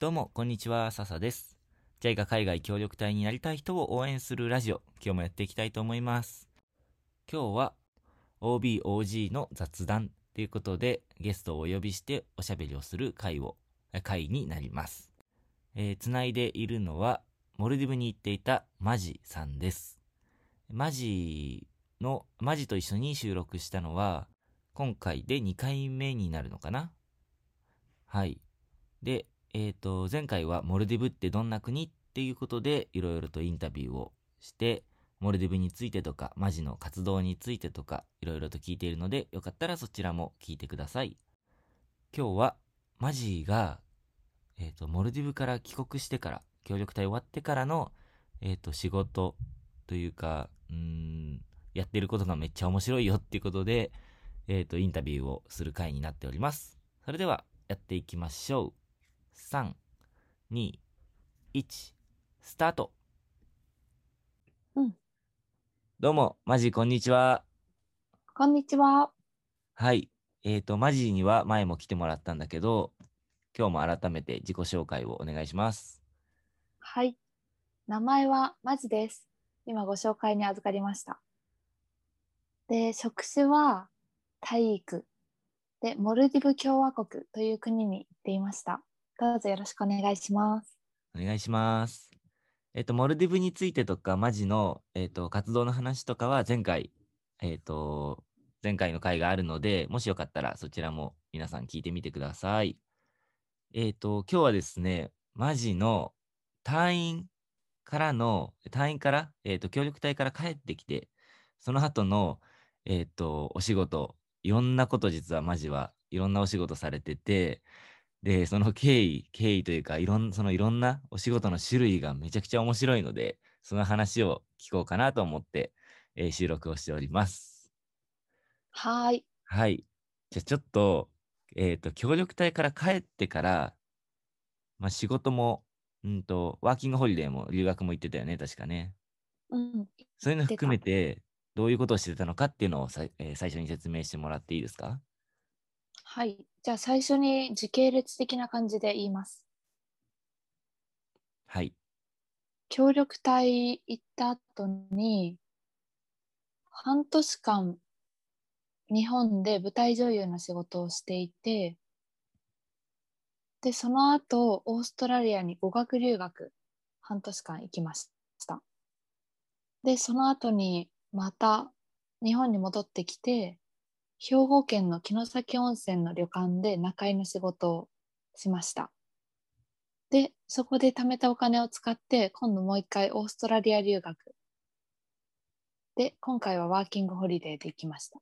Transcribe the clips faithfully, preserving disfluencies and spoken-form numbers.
どうもこんにちは、笹です。ジャイガ海外協力隊になりたい人を応援するラジオ、今日もやっていきたいと思います。今日は オービーオージー の雑談ということで、ゲストをお呼びしておしゃべりをする会を会になります。えー、つないでいるのはモルディブに行っていたマジさんです。マジのマジと一緒に収録したのは今回でにかいめになるのかな。はい。で、えっと、前回はモルディブってどんな国っていうことでいろいろとインタビューをして、モルディブについてとか、マジの活動についてとか、いろいろと聞いているので、よかったらそちらも聞いてください。今日は、マジが、えっと、モルディブから帰国してから、協力隊終わってからの、えっと、仕事というか、うーん、やってることがめっちゃ面白いよっていうことで、えっと、インタビューをする回になっております。それでは、やっていきましょう。さん、に、いち、スタート。 うん、 どうも、マジこんにちは。 こんにちは。 はい。えっと、マジには前も来てもらったんだけど、今日も改めて自己紹介をお願いします。 はい。名前はマジです。今ご紹介に預かりました。で、職種は体育で、モルディブ共和国という国に行っていました。どうぞよろしくお願いします。 お願いします。えっと、モルディブについてとか、マジの、えっと、活動の話とかは前回、えっと、前回の回があるので、もしよかったらそちらも皆さん聞いてみてください。えっと、今日はですね、マジの隊員からの、隊員から、えっと、協力隊から帰ってきて、その後の、えっと、お仕事、いろんなこと実はマジはいろんなお仕事されてて、で、その経緯、経緯というか、いろん、そのいろんなお仕事の種類がめちゃくちゃ面白いので、その話を聞こうかなと思って、えー収録をしております。 はーい。 はい。じゃあちょっと、えっと、協力隊から帰ってから、まあ、仕事も、うんと、ワーキングホリデーも留学も行ってたよね、確かね。 うん、言っそういうの含めてた。 て、どういうことをしてたのかっていうのをさい、えー最初に説明してもらっていいですか？ はい。じゃあ最初に時系列的な感じで言います。 はい。 協力隊行った後に、半年間日本で舞台女優の仕事をしていて、で、その後、オーストラリアに語学留学、半年間行きました。で、その後に、また、日本に戻ってきて、兵庫県の城崎温泉の旅館で仲居の仕事をしました。で、そこで貯めたお金を使って、今度もう一回オーストラリア留学。で、今回はワーキングホリデーで行きました。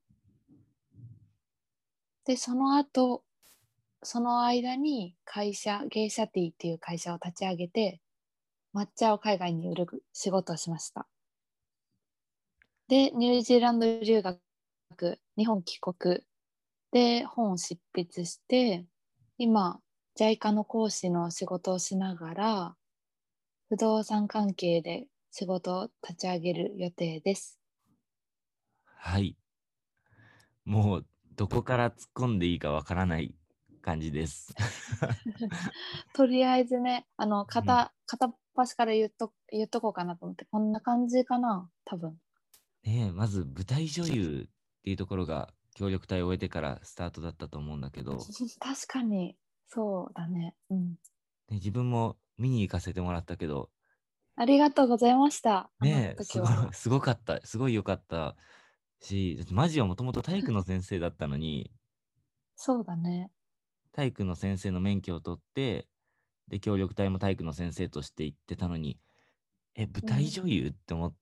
で、その後、その間に会社、ゲイシャティっていう会社を立ち上げて、抹茶を海外に売る仕事をしました。で、ニュージーランド留学、日本帰国で本を執筆して、今、ジャイカ の講師の仕事をしながら、不動産関係で仕事を立ち上げる予定です。 はい。もう、どこから突っ込んでいいかわからない感じです。 とりあえずね、あの、 うん、 片、片っ端から言っと、言っとこうかなと思って、こんな感じかな、多分。 ねえ、まず舞台女優っていうところが協力隊を終えてからスタートだったと思うんだけど、 確かに、そうだね。うん。 ね、自分も見に行かせてもらったけど、 ありがとうございました。あのねえ、すごい、 時は。 すごかった。すごい良かったし、だってマジはもともと体育の先生だったのに、 そうだね。 体育の先生の免許を取って、で、協力隊も体育の先生として行ってたのに、え、舞うん。 台女優って思って。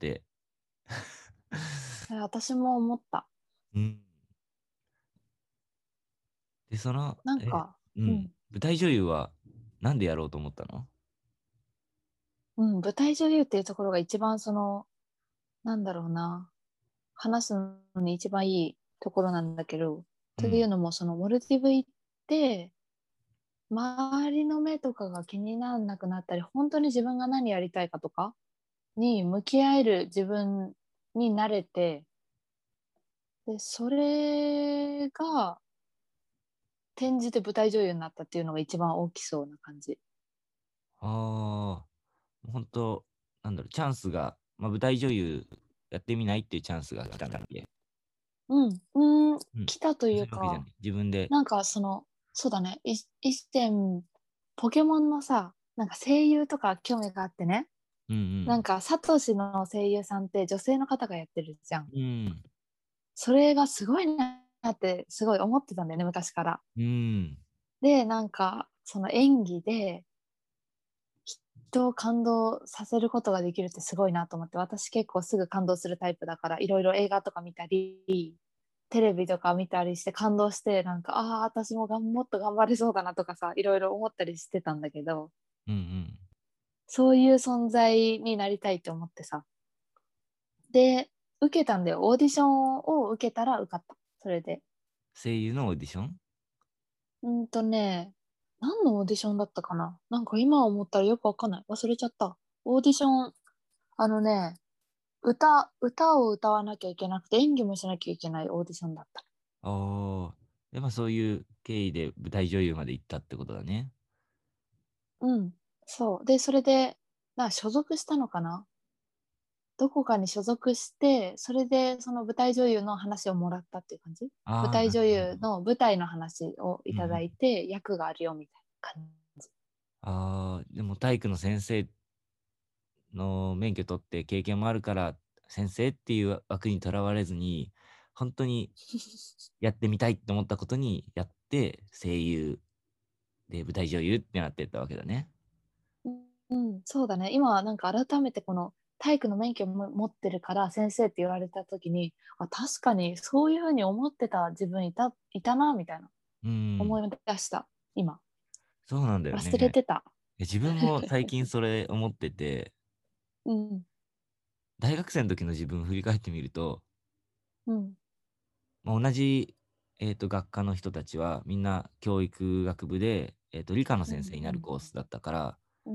私も思った。 うん。で、その、え、 なんか、 うん。 うん。 舞台女優はなんでやろうと思ったの？ うん、舞台女優っていうところが一番その、なんだろうな、話すのに一番いいところなんだけど、 うん。 というのも、そのモルディブ行って、周りの目とかが気にならなくなったり、本当に自分が何やりたいかとかに向き合える自分になれて、で、それが転じて舞台女優になったっていうのが一番大きそうな感じ。 ああ、本当なんだろう、チャンスが、まあ、舞台女優やってみないっていうチャンスが来たんだっけ？ うん、うーん、 うん。 来たといそううか、 いうわけじゃない。自分で。 なんかその、そうだね、い以前、ポケモンのさ、なんか声優とか興味があってね、 うんうん。 なんかサトシの声優さんって女性の方がやってるじゃん。 うん。 それがすごいなってすごい思ってたんだよね、昔から。 うん。 で、なんかその演技で人を感動させることができるってすごいなと思って、私結構すぐ感動するタイプだから、いろいろ映画とか見たり、テレビとか見たりして感動して、なんか、ああ、私もがんもっと頑張れそうだなとかさ、いろいろ思ったりしてたんだけど、 うんうん。 そういう存在になりたいと思ってさ。で、受けたんだよ。オーディションを受けたら受かった。それで。 声優のオーディション？ うんとね、何のオーディションだったかな、なんか今思ったらよくわかんない。忘れちゃった。オーディション、あのね、歌、歌を歌わなきゃいけなくて演技もしなきゃいけないオーディションだった。 ああ。で、まあそういう経緯で舞台女優まで行ったってことだね。 うん。そう。で、それで、な、所属したのかな、どこかに所属して、それでその舞台女優の話をもらったっていう感じ。舞ああ、なる台女優ほど。 の舞台の話をいただうんうん。 いて、役があるよみたいな感じ。 ああ、でも体育の先生の免許取って経験もあるから、先生っていう枠にとらわれずに、本当にやってみたいって思ったことにやって、声優で舞台女優ってなってったわけだね。 うん、うん、そうだね。今はなんか改めてこの体育の免許も持ってるから先生って言われた時に、あ、確かにそういうふうに思ってた自分いた、いたな、みたいなうん、 思い出した。今。 そうなんだよ忘れね。 てた。 いや自分も最近それ思ってて、 うん、 大学生の時の自分を振り返ってみると、 うん、 まあ、同じ、えーと、学科の人たちはみんな教育学部で、えーと、理科のうん、 先生になるコースだったから、 うん、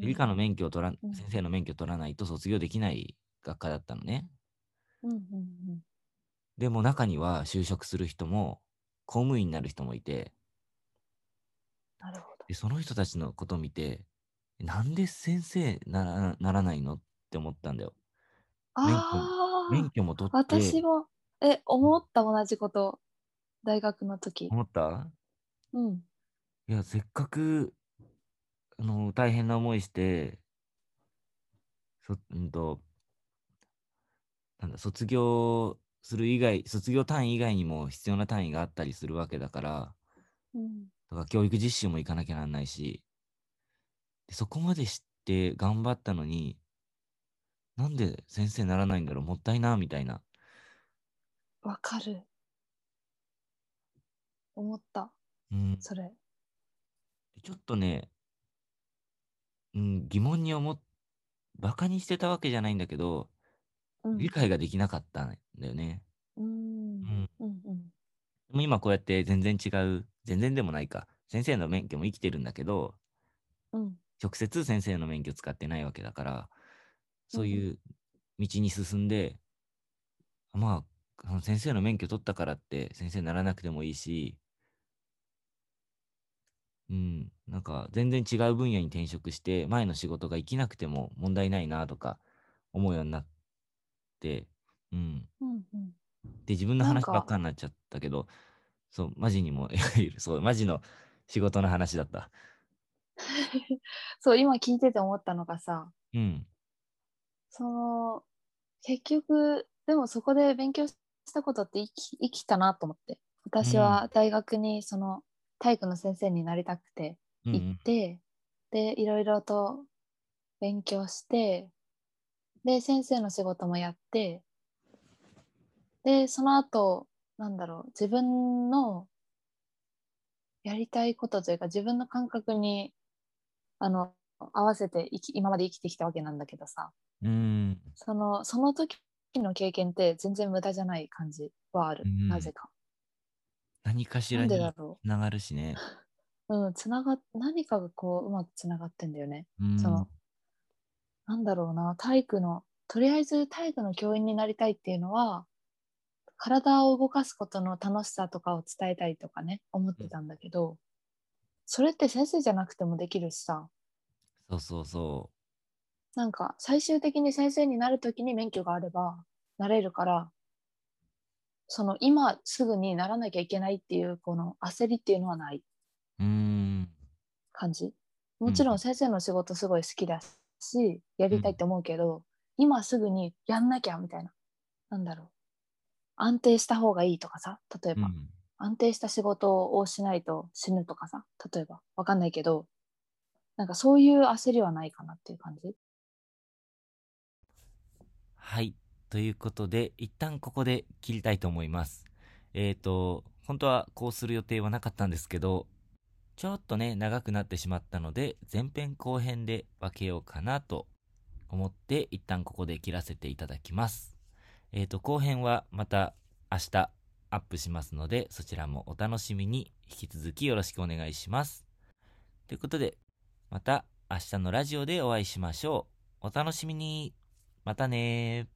理科の免許を取ら、 うん、 先生の免許を取らないと卒業できない学科だったのね。 うん、うん、 でも中には就職する人も公務員になる人もいて、 なるほど。 で、その人たちのことを見て、なんで先生なら、ならないのって思ったんだよ。免許、 ああ、 免許も取って、 私も、え、思った同じこと、大学の時。 思った。 うん、 いや、せっかく、あの、大変な思いして、そ、うんと、なんだ、卒業する以外、卒業単位以外にも必要な単位があったりするわけだから、 うん。 だから教育実習も行かなきゃなんないし、でそこまで知って頑張ったのに、なんで先生にならないんだろう、もったいな、みたいな。 わかる。思った。 うん。 それ。 ちょっとね、うん、疑問に思っ、バカにしてたわけじゃないんだけど、 うん。 理解ができなかったんだよね。 うーん。 うん。 うん、うん。 でも今こうやって全然違う、全然でもないか、先生の免許も生きてるんだけど、 うん。 直接先生の免許使ってないわけだから、 うん。 そういう道に進んで、まあ、あの先生の免許取ったからって先生にならなくてもいいし、うん、なんか全然違う分野に転職して前の仕事が生きなくても問題ないなとか思うようになって、うん。 うん。うん。 で、自分の話ばっなんか、 かになっちゃったけど、そう、マジにも、いわゆる、そう、マジの仕事の話だった。 そう、今聞いてて思ったのがさ、 うん、 その、結局、でもそこで勉強したことって生き、生きたなと思って。私うん、 は大学にその体育の先生になりたくて行っうん、 て、で、いろいろと勉強して、で、先生の仕事もやって、で、その後、なんだろう、自分のやりたいことというか、自分の感覚に、あの、合わせて生き、今まで生きてきたわけなんだけどさ、 うん、 その、その時の経験って全然無駄じゃない感じはある。なうん。 ぜか。 何かしなんでだらにろつながるしね。 う。うん、つながっ、何かがこう、うまくつながってんだよね。 うん、 その、なんだろうな、体育の、とりあえず体育の教員になりたいっていうのは、体を動かすことの楽しさとかを伝えたいとかね、思っうん。 てたんだけど、それって先生じゃなくてもできるしさ、 そうそうそなんか最終的に先生になるときに免許があればなれるから、その今すぐにならなきゃいけないっていうこの焦りっていうのはないううーん感じ。 うんもちろん先生の仕事すごい好きだし、やうんりたいって思うけど、今すぐにやんなきゃみたいな。なんだろう。安定した方がいいとかさ、例えば。 うん安定した仕事をしないと死ぬとかさ、例えば。わかんないけど、なんかそういう焦りはないかなっていう感じ。 はい。ということで、一旦ここで切りたいと思います。えっ、と、本当はこうする予定はなかったんですけど、ちょっとね、長くなってしまったので、前編後編で分けようかなと思って、一旦ここで切らせていただきます。えっ、と、後編はまた明日アップしますので、そちらもお楽しみに引き続きよろしくお願いします。ということで、また明日のラジオでお会いしましょう。お楽しみに。またねー。